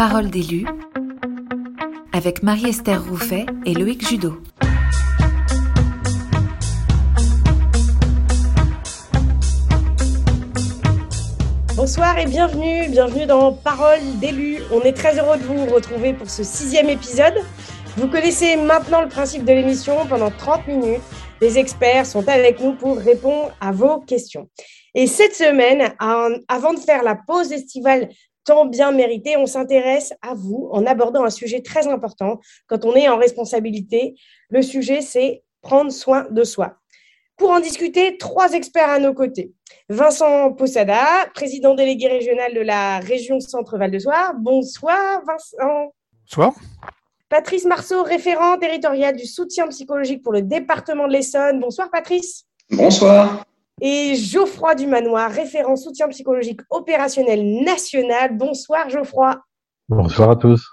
Parole d'élus avec Marie-Esther Rouffet et Loïc Judeau. Bonsoir et bienvenue dans Parole d'élus. On est très heureux de vous retrouver pour ce 6e épisode. Vous connaissez maintenant le principe de l'émission. Pendant 30 minutes, les experts sont avec nous pour répondre à vos questions. Et cette semaine, avant de faire la pause estivale tant bien méritée, on s'intéresse à vous en abordant un sujet très important quand on est en responsabilité. Le sujet, c'est prendre soin de soi. Pour en discuter, 3 experts à nos côtés. Vincent Posada, président délégué régional de la région Centre-Val de Loire. Bonsoir Vincent. Bonsoir. Patrice Marceau, référent territorial du soutien psychologique pour le département de l'Essonne. Bonsoir Patrice. Bonsoir. Et Geoffroy Dumanoir, référent soutien psychologique opérationnel national. Bonsoir Geoffroy. Bonsoir à tous.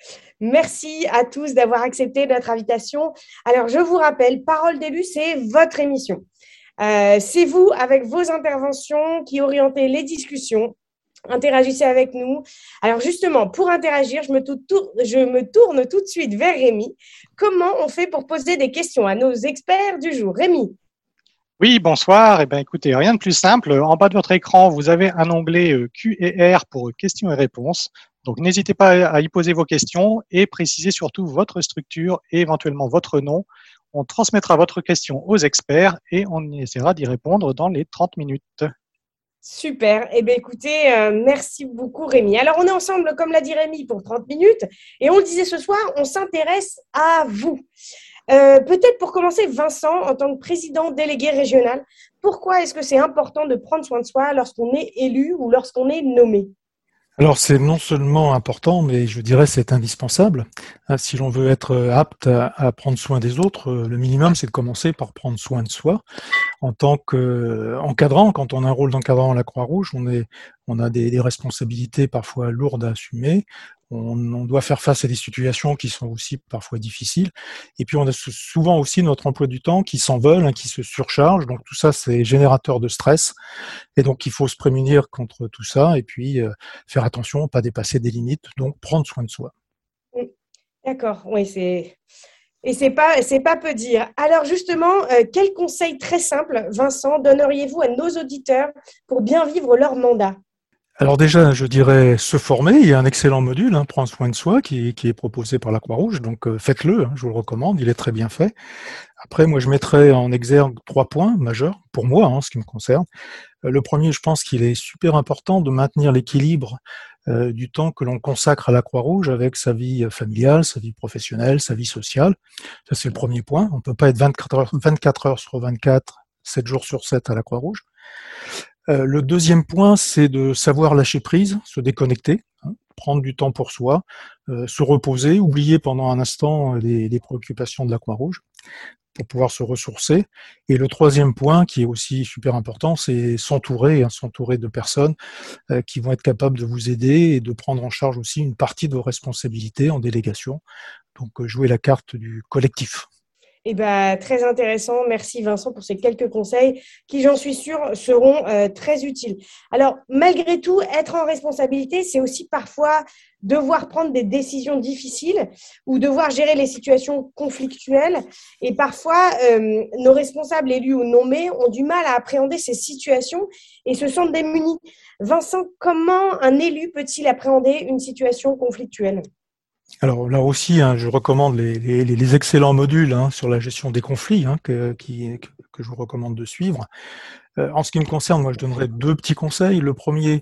Merci à tous d'avoir accepté notre invitation. Alors, je vous rappelle, Parole d'élus, c'est votre émission. C'est vous, avec vos interventions, qui orientez les discussions. Interagissez avec nous. Alors, justement, pour interagir, je me tourne tout de suite vers Rémi. Comment on fait pour poser des questions à nos experts du jour? Rémi? Oui, bonsoir. Écoutez, rien de plus simple. En bas de votre écran, vous avez un onglet Q et R pour questions et réponses. Donc, n'hésitez pas à y poser vos questions et précisez surtout votre structure et éventuellement votre nom. On transmettra votre question aux experts et on essaiera d'y répondre dans les 30 minutes. Super. Eh bien, écoutez, merci beaucoup, Rémi. Alors, on est ensemble, comme l'a dit Rémi, pour 30 minutes. Et on le disait ce soir, on s'intéresse à vous. Peut-être pour commencer, Vincent, en tant que président délégué régional, pourquoi est-ce que c'est important de prendre soin de soi lorsqu'on est élu ou lorsqu'on est nommé? Alors, c'est non seulement important, mais je dirais c'est indispensable. Si l'on veut être apte à prendre soin des autres, le minimum, c'est de commencer par prendre soin de soi. En tant qu'encadrant, quand on a un rôle d'encadrant à la Croix-Rouge, on a des responsabilités parfois lourdes à assumer. On doit faire face à des situations qui sont aussi parfois difficiles. Et puis, on a souvent aussi notre emploi du temps qui s'envole, qui se surcharge. Donc, tout ça, c'est générateur de stress. Et donc, il faut se prémunir contre tout ça et puis faire attention à ne pas dépasser des limites. Donc, prendre soin de soi. D'accord, oui, Et c'est pas peu dire. Alors justement, quels conseils très simples, Vincent, donneriez-vous à nos auditeurs pour bien vivre leur mandat? Alors déjà, je dirais se former. Il y a un excellent module, Prendre soin de soi, qui est proposé par la Croix-Rouge. Donc faites-le, je vous le recommande, il est très bien fait. Après, moi, je mettrais en exergue 3 points majeurs, pour moi, en ce qui me concerne. Le premier, je pense qu'il est super important de maintenir l'équilibre du temps que l'on consacre à la Croix-Rouge avec sa vie familiale, sa vie professionnelle, sa vie sociale. Ça, c'est le premier point. On ne peut pas être 24 heures sur 24, 7 jours sur 7 à la Croix-Rouge. Le deuxième point, c'est de savoir lâcher prise, se déconnecter, prendre du temps pour soi, se reposer, oublier pendant un instant les préoccupations de la Croix-Rouge pour pouvoir se ressourcer. Et le troisième point, qui est aussi super important, c'est s'entourer de personnes qui vont être capables de vous aider et de prendre en charge aussi une partie de vos responsabilités en délégation. Donc, jouer la carte du collectif. Eh bien, très intéressant. Merci Vincent pour ces quelques conseils qui, j'en suis sûre, seront très utiles. Alors, malgré tout, être en responsabilité, c'est aussi parfois devoir prendre des décisions difficiles ou devoir gérer les situations conflictuelles. Et parfois, nos responsables élus ou nommés ont du mal à appréhender ces situations et se sentent démunis. Vincent, comment un élu peut-il appréhender une situation conflictuelle ? Alors là aussi, je recommande les excellents modules sur la gestion des conflits que je vous recommande de suivre. En ce qui me concerne, moi, je donnerais 2 petits conseils. Le premier,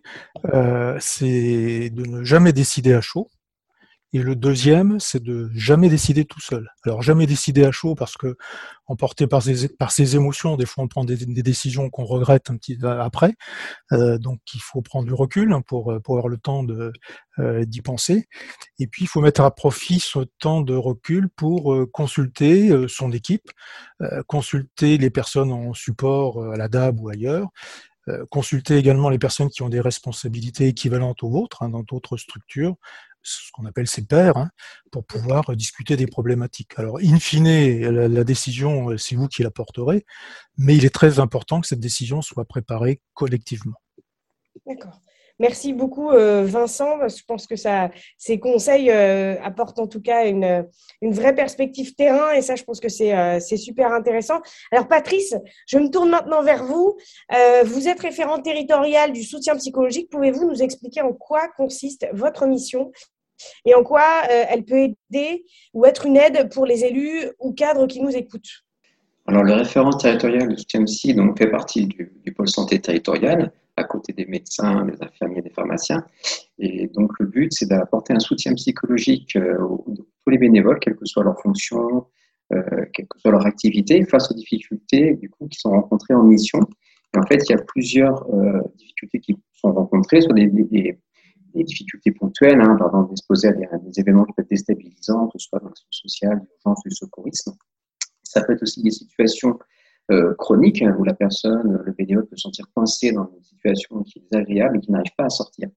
c'est de ne jamais décider à chaud. Et le deuxième, c'est de jamais décider tout seul. Alors jamais décider à chaud parce que emporté par ses émotions, des fois on prend des décisions qu'on regrette un petit après. Donc il faut prendre du recul pour avoir le temps d'y penser. Et puis il faut mettre à profit ce temps de recul pour consulter son équipe, consulter les personnes en support à la DAB ou ailleurs. Consulter également les personnes qui ont des responsabilités équivalentes aux vôtres dans d'autres structures, ce qu'on appelle ses pairs, pour pouvoir discuter des problématiques. Alors, in fine, la décision, c'est vous qui la porterez, mais il est très important que cette décision soit préparée collectivement. D'accord. Merci beaucoup, Vincent. Je pense que ces conseils apportent en tout cas une vraie perspective terrain et ça, je pense que c'est super intéressant. Alors, Patrice, je me tourne maintenant vers vous. Vous êtes référent territorial du soutien psychologique. Pouvez-vous nous expliquer en quoi consiste votre mission et en quoi elle peut aider ou être une aide pour les élus ou cadres qui nous écoutent? Alors, le référent territorial du soutien psy donc, fait partie du pôle santé territorial, à côté des médecins, des infirmiers, des pharmaciens. Et donc, le but, c'est d'apporter un soutien psychologique à tous les bénévoles, quelle que soit leur fonction, quelle que soit leur activité, face aux difficultés du coup, qui sont rencontrées en mission. Et en fait, il y a plusieurs difficultés qui sont rencontrées, soit des difficultés ponctuelles, par exemple d'exposer à des événements qui peuvent être déstabilisants, que ce soit dans l'action sociale, l'urgence, le secourisme. Ça peut être aussi des situations chroniques où la personne, le bénévole, peut se sentir coincé dans une situation qui est désagréable et qui n'arrive pas à sortir.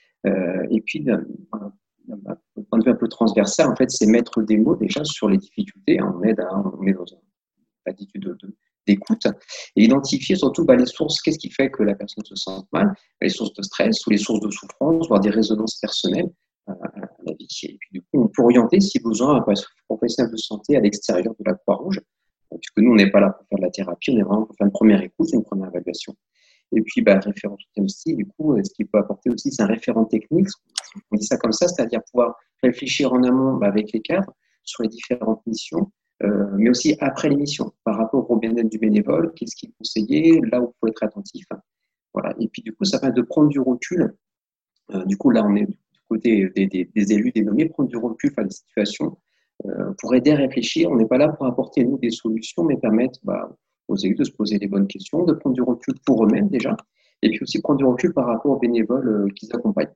Et puis, d'un point de vue un peu transversal, en fait, c'est mettre des mots déjà sur les difficultés. On met dans une attitude d'écoute et identifier surtout les sources. Qu'est-ce qui fait que la personne se sente mal? Les sources de stress ou les sources de souffrance, voire des résonances personnelles à la vie. Et puis, du coup, on peut orienter, si besoin, un professionnel de santé à l'extérieur de la Croix-Rouge, puisque nous, on n'est pas là pour faire de la thérapie, on est vraiment pour faire une première écoute, une première évaluation. Et puis, référent soutien psy, du coup, ce qu'il peut apporter aussi, c'est un référent technique. On dit ça comme ça, c'est-à-dire pouvoir réfléchir en amont avec les cadres sur les différentes missions, mais aussi après les missions, par rapport au bien-être du bénévole, qu'est-ce qu'il est conseillé, là où il faut être attentif. Voilà. Et puis, du coup, ça permet de prendre du recul. Du coup, là, on est du côté des élus dénommés, prendre du recul face à des situations pour aider à réfléchir. On n'est pas là pour apporter, nous, des solutions, mais permettre aux élus de se poser les bonnes questions, de prendre du recul pour eux-mêmes déjà, et puis aussi prendre du recul par rapport aux bénévoles qui s'accompagnent.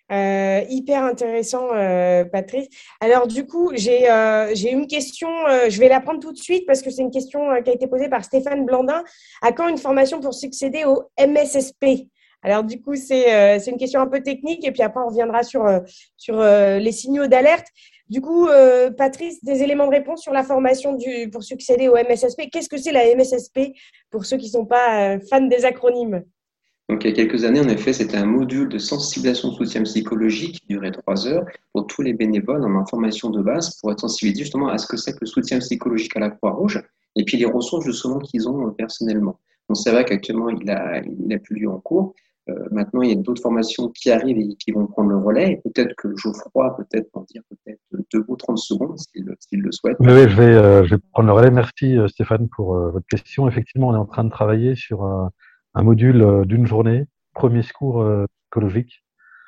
Hyper intéressant, Patrice. Alors, du coup, j'ai une question, je vais la prendre tout de suite parce que c'est une question qui a été posée par Stéphane Blandin. À quand une formation pour succéder au MSSP? Alors, du coup, c'est une question un peu technique et puis après, on reviendra sur les signaux d'alerte. Du coup, Patrice, des éléments de réponse sur la formation pour succéder au MSSP. Qu'est-ce que c'est la MSSP pour ceux qui ne sont pas fans des acronymes? Donc, il y a quelques années, en effet, c'était un module de sensibilisation de soutien psychologique qui durait 3 heures pour tous les bénévoles en formation de base pour être sensibilisés justement à ce que c'est que le soutien psychologique à la Croix-Rouge et puis les ressources justement qu'ils ont personnellement. Donc, c'est vrai qu'actuellement, il a plus lieu en cours. Maintenant, il y a d'autres formations qui arrivent et qui vont prendre le relais. Et peut-être que Geoffroy, peut-être pour dire peut-être 2 ou 30 secondes, s'il le souhaite. Oui, je vais prendre le relais. Merci Stéphane pour votre question. Effectivement, on est en train de travailler sur un module d'une journée, premier secours psychologique.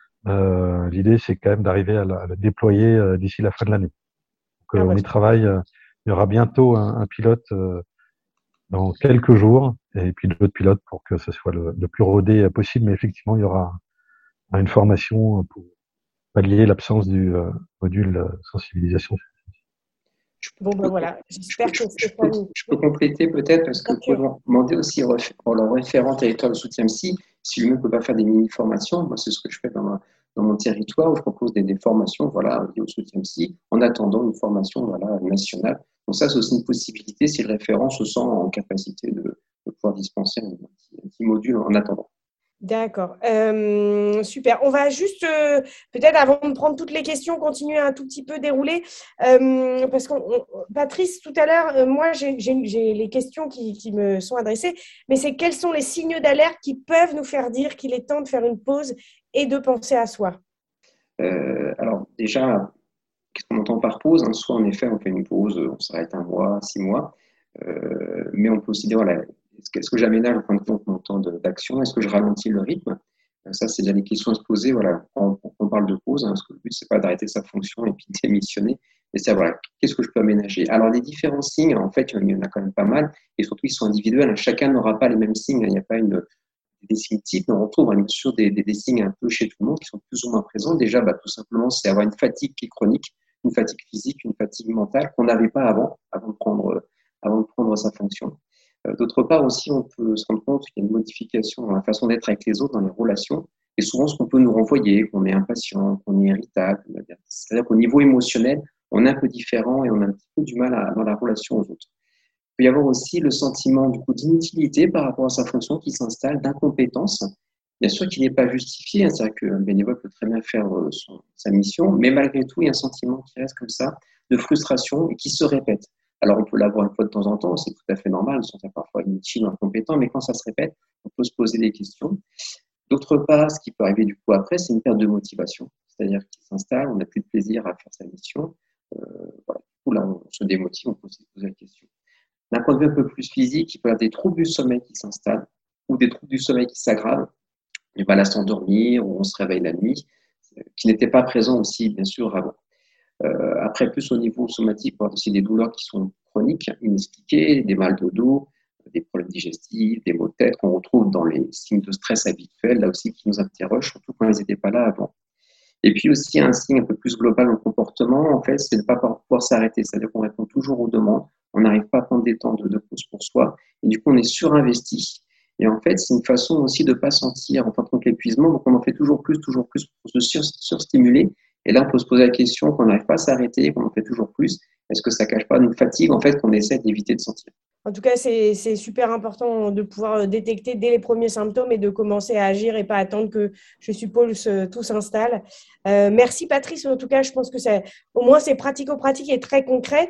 L'idée, c'est quand même d'arriver à le déployer d'ici la fin de l'année. Donc, on y travaille. Il y aura bientôt un pilote dans quelques jours et puis d'autres pilotes pour que ce soit le plus rodé possible. Mais effectivement, il y aura une formation pour pallier l'absence du module sensibilisation. Voilà. J'espère que je peux compléter peut-être parce que vous pouvez demander aussi pour le référent territorial de soutien psy si lui-même ne peut pas faire des mini-formations. Moi, c'est ce que je fais dans mon territoire où je propose des formations liées au soutien psy en attendant une formation nationale. Donc ça, c'est aussi une possibilité si le référent se sent en capacité de pouvoir dispenser un petit module en attendant. D'accord. Super. On va juste, peut-être avant de prendre toutes les questions, continuer un tout petit peu dérouler. Parce que Patrice, tout à l'heure, moi, j'ai les questions qui me sont adressées, mais c'est quels sont les signaux d'alerte qui peuvent nous faire dire qu'il est temps de faire une pause et de penser à soi? Alors déjà, qu'est-ce qu'on entend par pause? Soit en effet, on fait une pause, on s'arrête 1 mois, 6 mois, mais on peut aussi dire, est-ce que j'aménage en fin de compte mon temps d'action? Est-ce que je ralentis le rythme? Ça, c'est déjà des questions à se poser. Quand on parle de pause, parce que le but, c'est pas d'arrêter sa fonction et puis de démissionner, mais c'est qu'est-ce que je peux aménager? Alors, les différents signes, en fait, il y en a quand même pas mal, et surtout, ils sont individuels. Chacun n'aura pas les mêmes signes. Il n'y a pas des signes types, mais on retrouve bien sûr des signes un peu chez tout le monde qui sont plus ou moins présents. Déjà, tout simplement, c'est avoir une fatigue qui est chronique, une fatigue physique, une fatigue mentale qu'on n'avait pas avant de prendre sa fonction. D'autre part aussi, on peut se rendre compte qu'il y a une modification dans la façon d'être avec les autres, dans les relations, et souvent ce qu'on peut nous renvoyer, qu'on est impatient, qu'on est irritable. C'est-à-dire qu'au niveau émotionnel, on est un peu différent et on a un petit peu du mal dans la relation aux autres. Il peut y avoir aussi le sentiment du coup d'inutilité par rapport à sa fonction qui s'installe, d'incompétence, Bien sûr qu'il n'est pas justifié, hein, c'est-à-dire qu'un bénévole peut très bien faire sa mission, mais malgré tout, il y a un sentiment qui reste comme ça, de frustration et qui se répète. Alors, on peut l'avoir une fois de temps en temps, c'est tout à fait normal, on se sent parfois inutile ou incompétent, mais quand ça se répète, on peut se poser des questions. D'autre part, ce qui peut arriver du coup après, c'est une perte de motivation, c'est-à-dire qu'il s'installe, on n'a plus de plaisir à faire sa mission. Voilà. Du coup, là, on se démotive, on peut se poser la question. D'un point de vue un peu plus physique, il peut y avoir des troubles du sommeil qui s'installent ou des troubles du sommeil qui s'aggravent, du mal à s'endormir ou on se réveille la nuit, qui n'étaient pas présents aussi, bien sûr, avant. Après, plus au niveau somatique, on a aussi des douleurs qui sont chroniques, inexpliquées, des mal de dos, des problèmes digestifs, des maux de tête qu'on retrouve dans les signes de stress habituels, là aussi qui nous interrogent, surtout quand ils n'étaient pas là avant. Et puis aussi, un signe un peu plus global au comportement, en fait, c'est de ne pas pouvoir s'arrêter. C'est-à-dire qu'on répond toujours aux demandes, on n'arrive pas à prendre des temps de pause pour soi, et du coup, on est surinvesti. Et en fait, c'est une façon aussi de ne pas sentir, en fin de compte, l'épuisement, donc on en fait toujours plus pour se surstimuler. Et là, on peut se poser la question qu'on n'arrive pas à s'arrêter, qu'on en fait toujours plus. Est-ce que ça ne cache pas une fatigue, en fait, qu'on essaie d'éviter de sentir? En tout cas, c'est super important de pouvoir détecter dès les premiers symptômes et de commencer à agir et pas attendre que, je suppose, tout s'installe. Merci Patrice. En tout cas, je pense que au moins c'est pratico-pratique et très concret.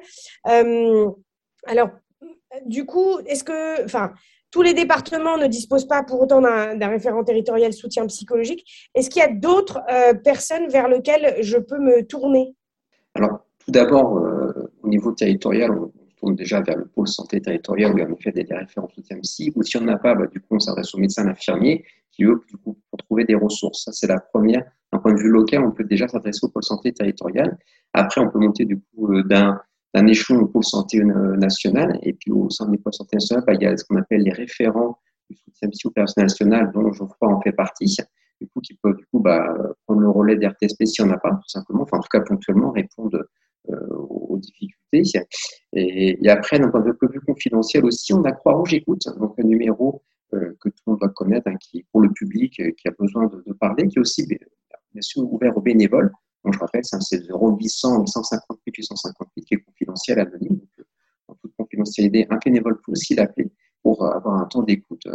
Alors, du coup, tous les départements ne disposent pas pour autant d'un référent territorial soutien psychologique. Est-ce qu'il y a d'autres personnes vers lesquelles je peux me tourner? Alors, tout d'abord, au niveau territorial, on se tourne déjà vers le pôle santé territorial où il y a en effet des référents soutien psy. Ou si on n'a pas, du coup, on s'adresse aux médecins infirmiers qui, eux, du coup, pour trouver des ressources. Ça, c'est la première. D'un point de vue local, on peut déjà s'adresser au pôle santé territorial. Après, on peut monter du coup d'un échelon au pôle santé national. Et puis, au sein des pôles santé national, il y a ce qu'on appelle les référents du soutien psy au personnel national, dont Geoffroy en fait partie. Du coup, qui peuvent prendre le relais d'RTSP si on n'a pas, tout simplement, enfin en tout cas ponctuellement répondre aux difficultés. Et après, d'un point de vue confidentiel aussi, on a Croix-Rouge Écoute, donc un numéro que tout le monde doit connaître, hein, qui est pour le public, qui a besoin de parler, qui est aussi bien sûr ouvert aux bénévoles. Donc je rappelle, c'est 0800 858 858 qui est confidentiel, anonyme. Donc, en toute confidentialité, un bénévole peut aussi l'appeler pour avoir un temps d'écoute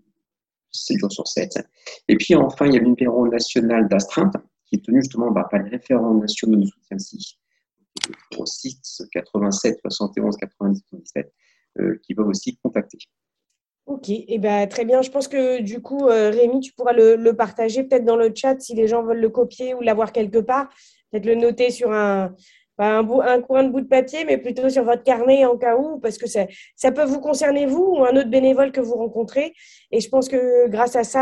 7 jours sur 7. Et puis enfin, il y a le numéro national d'astreinte qui est tenu justement par les référents nationaux de soutien psy, 06 87 71 90 77, qui peuvent aussi contacter. Ok, et très bien. Je pense que du coup, Rémi, tu pourras le partager peut-être dans le chat si les gens veulent le copier ou l'avoir quelque part. Peut-être le noter sur un coin de bout de papier, mais plutôt sur votre carnet en cas où, parce que ça peut vous concerner vous ou un autre bénévole que vous rencontrez. Et je pense que grâce à ça,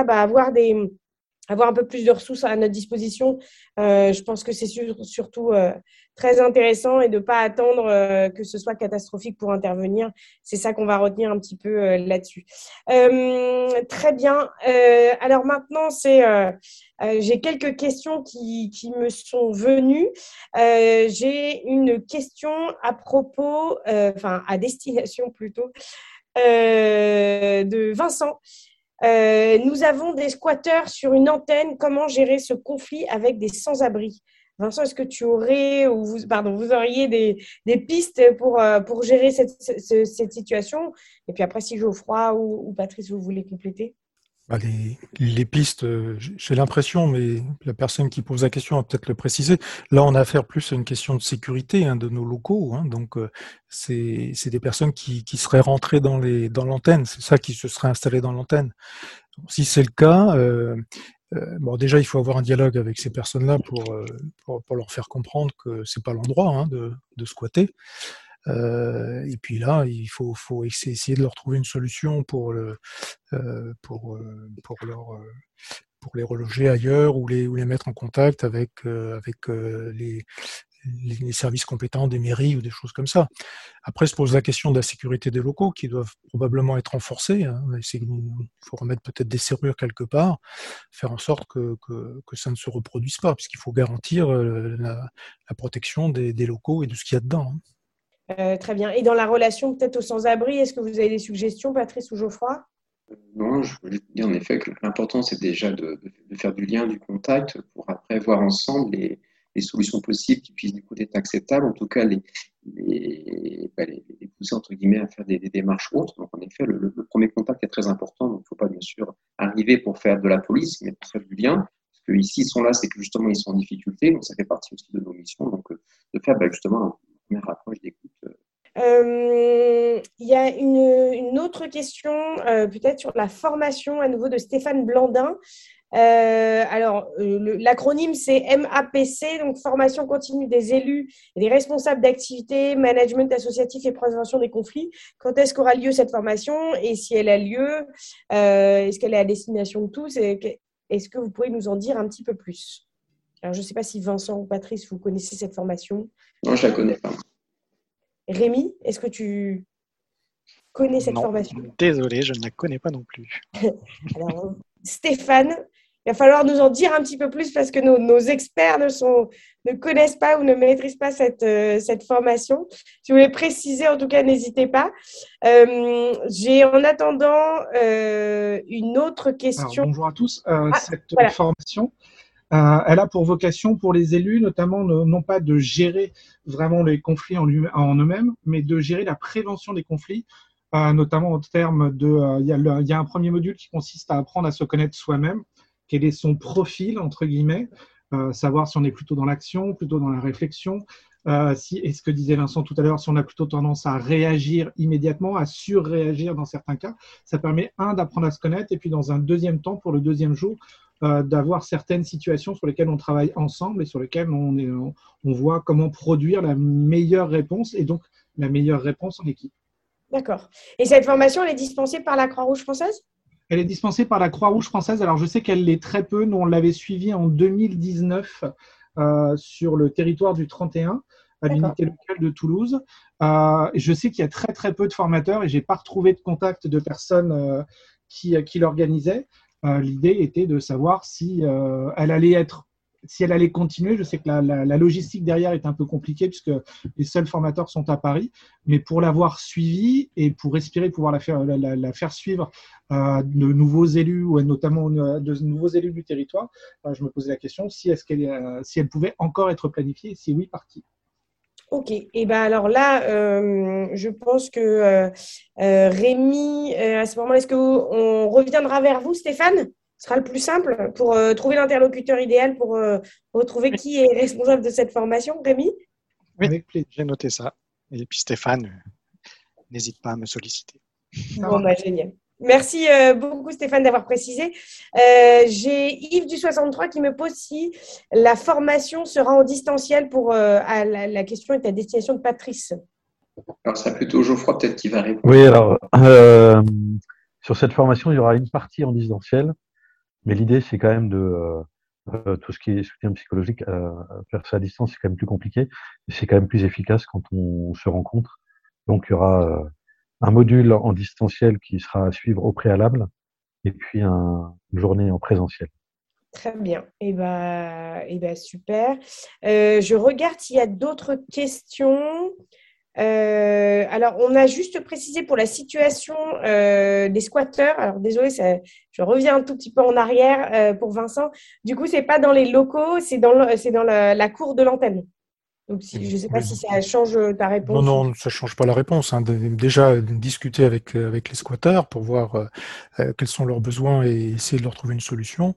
avoir un peu plus de ressources à notre disposition, je pense que c'est surtout très intéressant et de ne pas attendre que ce soit catastrophique pour intervenir. C'est ça qu'on va retenir un petit peu là-dessus. Très bien. Alors maintenant, j'ai quelques questions qui me sont venues. J'ai une question à propos, à destination plutôt, de Vincent. Nous avons des squatteurs sur une antenne. Comment gérer ce conflit avec des sans-abri? Vincent, est-ce que tu aurais, vous auriez des pistes pour gérer cette situation? Et puis après, si Geoffroy ou Patrice, vous voulez compléter? Les pistes, j'ai l'impression, mais la personne qui pose la question va peut-être le préciser. Là, on a affaire plus à une question de sécurité de nos locaux. Donc, c'est des personnes qui seraient rentrées dans l'antenne. C'est ça qui se serait installé dans l'antenne. Si c'est le cas, déjà, il faut avoir un dialogue avec ces personnes-là pour leur faire comprendre que c'est pas l'endroit de squatter. Et puis là, il faut essayer de leur trouver une solution pour les reloger ailleurs ou les mettre en contact avec les services compétents des mairies ou des choses comme ça. Après, se pose la question de la sécurité des locaux qui doivent probablement être renforcés. Il faut remettre peut-être des serrures quelque part, faire en sorte que ça ne se reproduise pas, puisqu'il faut garantir la protection des locaux et de ce qu'il y a dedans. Très bien. Et dans la relation peut-être aux sans-abri, est-ce que vous avez des suggestions, Patrice ou Geoffroy? Non, je voulais dire en effet que l'important, c'est déjà de faire du lien, du contact, pour après voir ensemble les solutions possibles qui puissent du coup être acceptables, en tout cas les pousser entre guillemets à faire des démarches autres. Donc en effet, le premier contact est très important, donc il ne faut pas bien sûr arriver pour faire de la police, mais pour faire du lien. Parce que ici, ils sont là, c'est que justement, ils sont en difficulté. Donc, ça fait partie aussi de nos missions. Donc, de faire justement une première approche d'écoute. Il y a une autre question, peut-être sur la formation à nouveau de Stéphane Blandin. L'acronyme c'est MAPC, donc formation continue des élus et des responsables d'activités, management associatif et prévention des conflits. Quand est-ce qu'aura lieu cette formation et si elle a lieu, est-ce qu'elle est à destination de tous? Est-ce que vous pouvez nous en dire un petit peu plus? Alors, je ne sais pas si Vincent ou Patrice, vous connaissez cette formation. Non, je ne la connais pas. Rémi, est-ce que tu connais cette formation? Désolé, je ne la connais pas non plus. Alors, Stéphane, il va falloir nous en dire un petit peu plus parce que nos experts ne connaissent pas ou ne maîtrisent pas cette formation. Si vous voulez préciser, en tout cas, n'hésitez pas. J'ai en attendant une autre question. Alors, bonjour à tous. Cette formation, elle a pour vocation pour les élus, notamment, non pas de gérer vraiment les conflits en eux-mêmes, mais de gérer la prévention des conflits, notamment en termes de… Il y a un premier module qui consiste à apprendre à se connaître soi-même, quel est son profil, entre guillemets, savoir si on est plutôt dans l'action, plutôt dans la réflexion, et ce que disait Vincent tout à l'heure, si on a plutôt tendance à réagir immédiatement, à surréagir dans certains cas. Ça permet, d'apprendre à se connaître, et puis dans un deuxième temps, pour le deuxième jour, d'avoir certaines situations sur lesquelles on travaille ensemble et sur lesquelles on voit comment produire la meilleure réponse, et donc la meilleure réponse en équipe. D'accord. Et cette formation, elle est dispensée par la Croix-Rouge française ? Elle est dispensée par la Croix-Rouge française. Alors, je sais qu'elle l'est très peu. Nous, on l'avait suivie en 2019 sur le territoire du 31, à l'unité locale de Toulouse. Je sais qu'il y a très, très peu de formateurs et je n'ai pas retrouvé de contact de personnes qui l'organisaient. L'idée était de savoir si elle allait continuer. Je sais que la logistique derrière est un peu compliquée puisque les seuls formateurs sont à Paris. Mais pour l'avoir suivie et pour espérer pouvoir la faire suivre de nouveaux élus, ou notamment de nouveaux élus du territoire, je me posais la question si elle pouvait encore être planifiée et si oui, par qui. Ok, et ben alors là, je pense que Rémi, à ce moment-là, est-ce qu'on reviendra vers vous, Stéphane ? Ce sera le plus simple pour trouver l'interlocuteur idéal pour retrouver qui est responsable de cette formation. Rémi ? Oui, j'ai noté ça. Et puis Stéphane, n'hésite pas à me solliciter. Bon, génial. Merci beaucoup Stéphane d'avoir précisé. J'ai Yves du 63 qui me pose si la formation sera en distanciel pour… la question est à destination de Patrice. Alors, c'est plutôt Geoffroy peut-être qui va répondre. Oui, alors, sur cette formation, il y aura une partie en distanciel, mais l'idée, c'est quand même de… tout ce qui est soutien psychologique, faire ça à distance, c'est quand même plus compliqué, et c'est quand même plus efficace quand on se rencontre. Donc, il y aura… un module en distanciel qui sera à suivre au préalable et puis une journée en présentiel. Très bien. Et ben, super. Je regarde s'il y a d'autres questions. Alors, on a juste précisé pour la situation des squatteurs. Alors, désolé, je reviens un tout petit peu en arrière pour Vincent. Du coup, c'est pas dans les locaux, c'est dans la cour de l'antenne. Donc, je ne sais pas si ça change ta réponse. Non, ça ne change pas la réponse. Déjà, discuter avec les squatteurs pour voir quels sont leurs besoins et essayer de leur trouver une solution.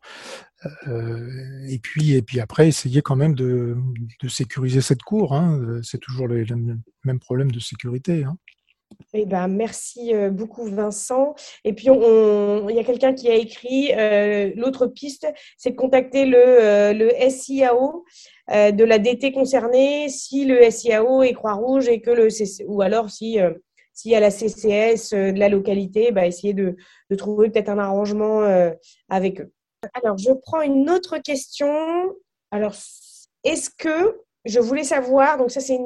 Et puis après, essayer quand même de sécuriser cette cour. C'est toujours le même problème de sécurité. Eh ben, merci beaucoup Vincent. Et puis il y a quelqu'un qui a écrit l'autre piste, c'est de contacter le SIAO de la DT concernée si le SIAO est Croix-Rouge et que ou alors s'il y a la CCS de la localité, essayer de trouver peut-être un arrangement avec eux. Alors je prends une autre question. Alors est-ce que je voulais savoir, donc ça c'est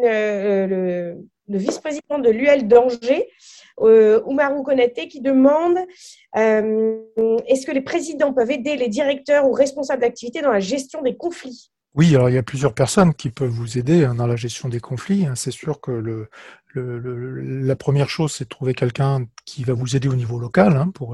le vice-président de l'UL d'Angers, Oumarou Konaté, qui demande est-ce que les présidents peuvent aider les directeurs ou responsables d'activité dans la gestion des conflits ? Oui, alors il y a plusieurs personnes qui peuvent vous aider dans la gestion des conflits. C'est sûr que la première chose, c'est de trouver quelqu'un qui va vous aider au niveau local pour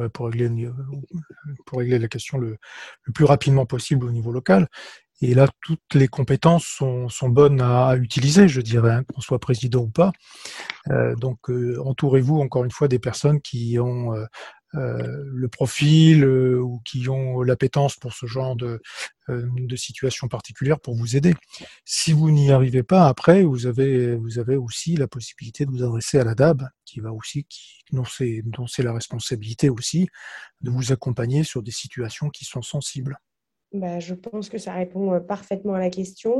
régler la question le plus rapidement possible au niveau local. Et là, toutes les compétences sont bonnes à utiliser, je dirais, qu'on soit président ou pas. Donc, entourez-vous encore une fois des personnes qui ont le profil ou qui ont l'appétence pour ce genre de situation particulière pour vous aider. Si vous n'y arrivez pas, après, vous avez aussi la possibilité de vous adresser à la DAB, dont c'est la responsabilité aussi de vous accompagner sur des situations qui sont sensibles. Je pense que ça répond parfaitement à la question.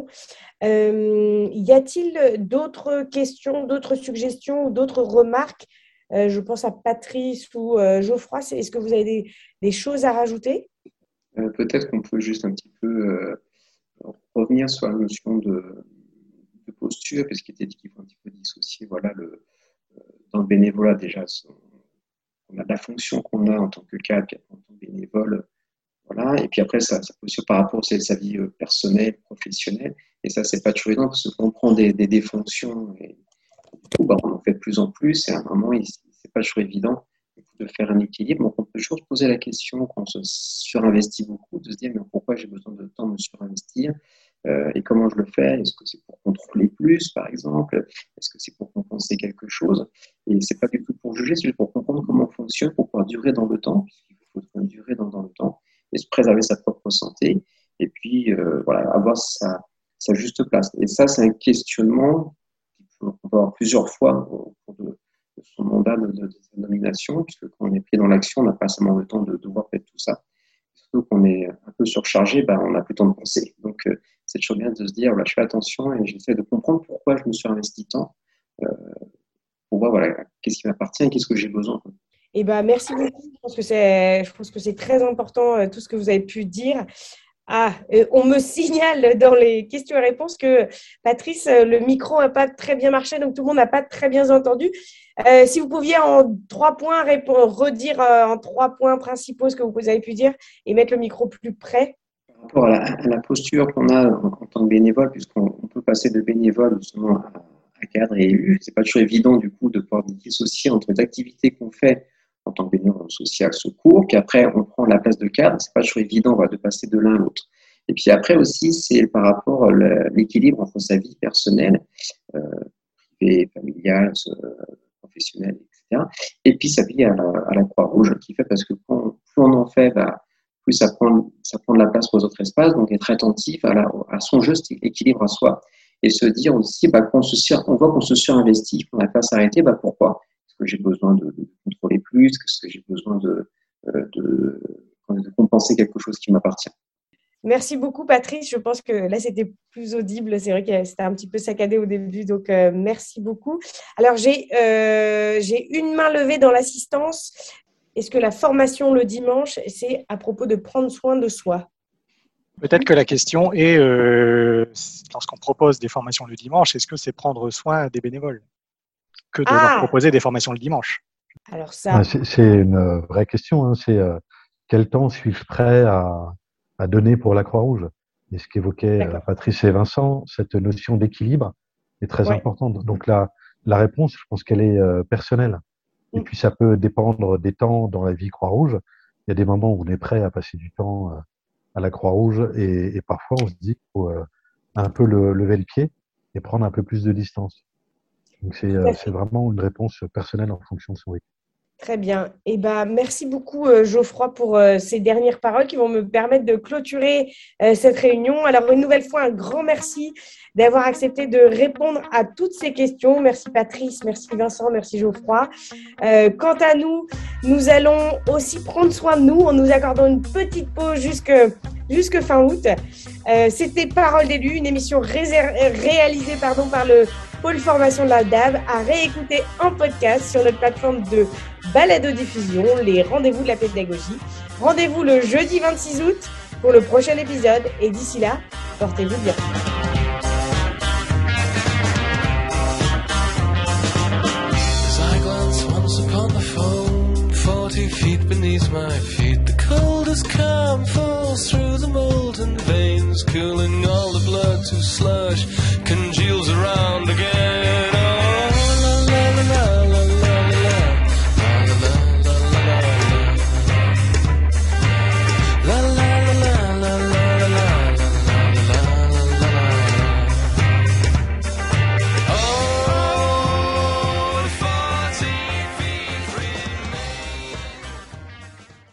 Y a-t-il d'autres questions, d'autres suggestions ou d'autres remarques? Je pense à Patrice ou Geoffroy. Est-ce que vous avez des choses à rajouter? Peut-être qu'on peut juste un petit peu revenir sur la notion de posture, parce qu'il était dit qu'il faut un petit peu dissocier dans le bénévolat déjà. On a la fonction qu'on a en tant que cadre, en tant que bénévole. Voilà. Et puis après, ça posture par rapport à sa vie personnelle, professionnelle. Et ça, c'est pas toujours évident parce qu'on prend des fonctions et on en fait de plus en plus. Et à un moment, c'est pas toujours évident de faire un équilibre. Donc, on peut toujours se poser la question quand on se surinvestit beaucoup, de se dire mais pourquoi j'ai besoin de temps de me surinvestir et comment je le fais? Est-ce que c'est pour contrôler plus, par exemple? Est-ce que c'est pour compenser quelque chose? Et c'est pas du tout pour juger, c'est juste pour comprendre comment on fonctionne, pour pouvoir durer dans le temps, puisqu'il faut durer dans le temps et se préserver sa propre santé. Et puis, avoir sa juste place. Et ça, c'est un questionnement qu'on peut avoir plusieurs fois au cours de son mandat de sa nomination, puisque quand on est pris dans l'action, on n'a pas seulement le temps de voir peut-être tout ça. Surtout qu'on est un peu surchargé, on n'a plus le temps de penser. Donc, c'est toujours bien de se dire, je fais attention et j'essaie de comprendre pourquoi je me suis investi tant, pour voir qu'est-ce qui m'appartient et qu'est-ce que j'ai besoin. Merci beaucoup. Je pense que c'est très important tout ce que vous avez pu dire. On me signale dans les questions et réponses que Patrice, le micro n'a pas très bien marché, donc tout le monde n'a pas très bien entendu. Si vous pouviez en 3 points redire en 3 points principaux ce que vous avez pu dire et mettre le micro plus près. Par rapport à la posture qu'on a en tant que bénévole, puisqu'on peut passer de bénévole justement à cadre et élu, c'est pas toujours évident du coup de pouvoir dissocier entre les activités qu'on fait en tant que bénévole social secours, puis après on prend la place de cadre, c'est pas toujours évident de passer de l'un à l'autre. Et puis après aussi, c'est par rapport à l'équilibre entre sa vie personnelle, privée, familiale, professionnelle, etc. Et puis sa vie à la Croix-Rouge, qui fait parce que plus on en fait, plus ça prend de la place pour les autres espaces, donc être attentif à son juste équilibre à soi. Et se dire aussi, on voit qu'on se surinvestit, qu'on n'a pas à s'arrêter, pourquoi? Est-ce que j'ai besoin de contrôler plus? Est-ce que j'ai besoin de compenser quelque chose qui m'appartient? Merci beaucoup, Patrice. Je pense que là, c'était plus audible. C'est vrai que c'était un petit peu saccadé au début, donc merci beaucoup. Alors, j'ai une main levée dans l'assistance. Est-ce que la formation le dimanche, c'est à propos de prendre soin de soi? Peut-être que la question est, lorsqu'on propose des formations le dimanche, est-ce que c'est prendre soin des bénévoles que de leur proposer des formations le dimanche? Alors ça, c'est une vraie question. C'est quel temps suis-je prêt à donner pour la Croix-Rouge? Et ce qu'évoquaient Patrice et Vincent, cette notion d'équilibre est très importante. Donc la réponse, je pense qu'elle est personnelle. Et puis ça peut dépendre des temps dans la vie Croix-Rouge. Il y a des moments où on est prêt à passer du temps à la Croix-Rouge et parfois on se dit qu'il faut un peu lever le pied et prendre un peu plus de distance. Donc c'est vraiment une réponse personnelle en fonction de son rythme. Très bien. Merci beaucoup, Geoffroy, pour ces dernières paroles qui vont me permettre de clôturer cette réunion. Alors, une nouvelle fois, un grand merci d'avoir accepté de répondre à toutes ces questions. Merci, Patrice. Merci, Vincent. Merci, Geoffroy. Quant à nous, nous allons aussi prendre soin de nous en nous accordant une petite pause jusque fin août. C'était Parole d'élu, une émission réalisée par le Pôle formation de la DAB, à réécouter en podcast sur notre plateforme de balado-diffusion, les rendez-vous de la pédagogie. Rendez-vous le jeudi 26 août pour le prochain épisode. Et d'ici là, portez-vous bien. As I glance once upon the phone, 40 feet beneath my feet.